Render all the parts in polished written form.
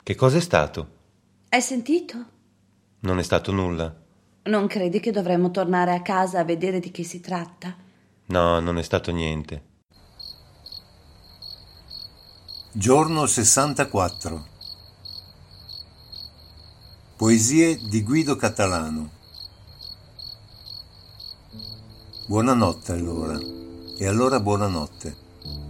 Che cosa è stato? Hai sentito? Non è stato nulla. Non credi che dovremmo tornare a casa a vedere di che si tratta? No, non è stato niente. Giorno 64. Poesie di Guido Catalano. Buonanotte allora. E allora buonanotte.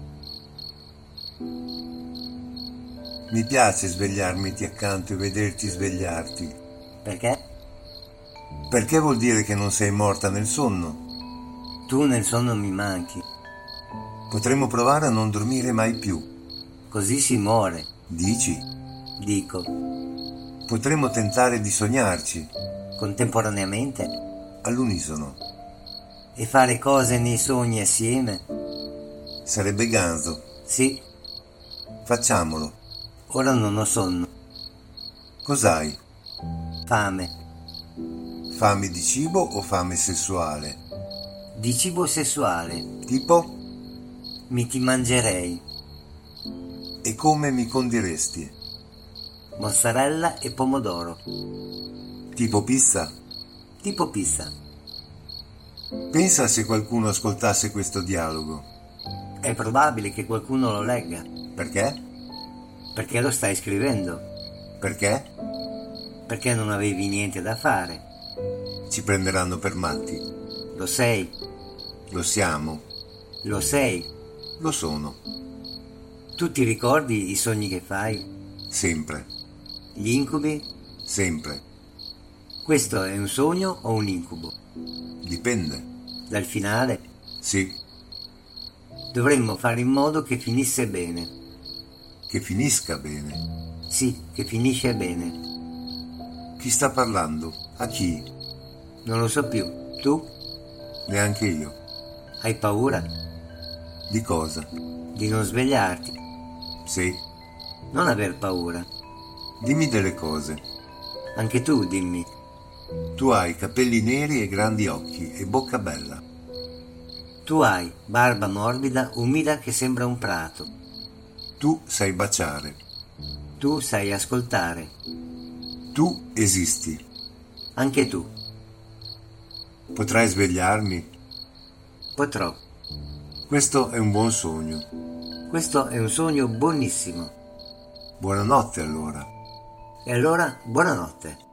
Mi piace svegliarmiti accanto e vederti svegliarti. Perché? Perché vuol dire che non sei morta nel sonno. Tu nel sonno mi manchi. Potremmo provare a non dormire mai più. Così si muore. Dici? Dico. Potremmo tentare di sognarci. Contemporaneamente? All'unisono. E fare cose nei sogni assieme? Sarebbe ganzo. Sì. Facciamolo. Ora non ho sonno. Cos'hai? Fame. Fame di cibo o fame sessuale? Di cibo sessuale. Tipo? Mi ti mangerei. E come mi condiresti? Mozzarella e pomodoro. Tipo pizza? Tipo pizza. Pensa se qualcuno ascoltasse questo dialogo. È probabile che qualcuno lo legga. Perché? Perché lo stai scrivendo. Perché? Perché non avevi niente da fare. Ci prenderanno per matti. Lo sei. Lo siamo. Lo sei. Lo sono. Tu ti ricordi i sogni che fai? Sempre. Gli incubi? Sempre. Questo è un sogno o un incubo? Dipende. Dal finale? Sì. Dovremmo fare in modo che finisse bene. Che finisca bene. Sì, che finisce bene. Chi sta parlando? A chi? Non lo so più. Tu? Neanche io. Hai paura? Di cosa? Di non svegliarti? Sì. Non aver paura. Dimmi delle cose. Anche tu dimmi. Tu hai capelli neri e grandi occhi e bocca bella. Tu hai barba morbida, umida che sembra un prato. Tu sai baciare. Tu sai ascoltare. Tu esisti. Anche tu. Potrai svegliarmi? Potrò. Questo è un buon sogno. Questo è un sogno buonissimo. Buonanotte allora. E allora, buonanotte.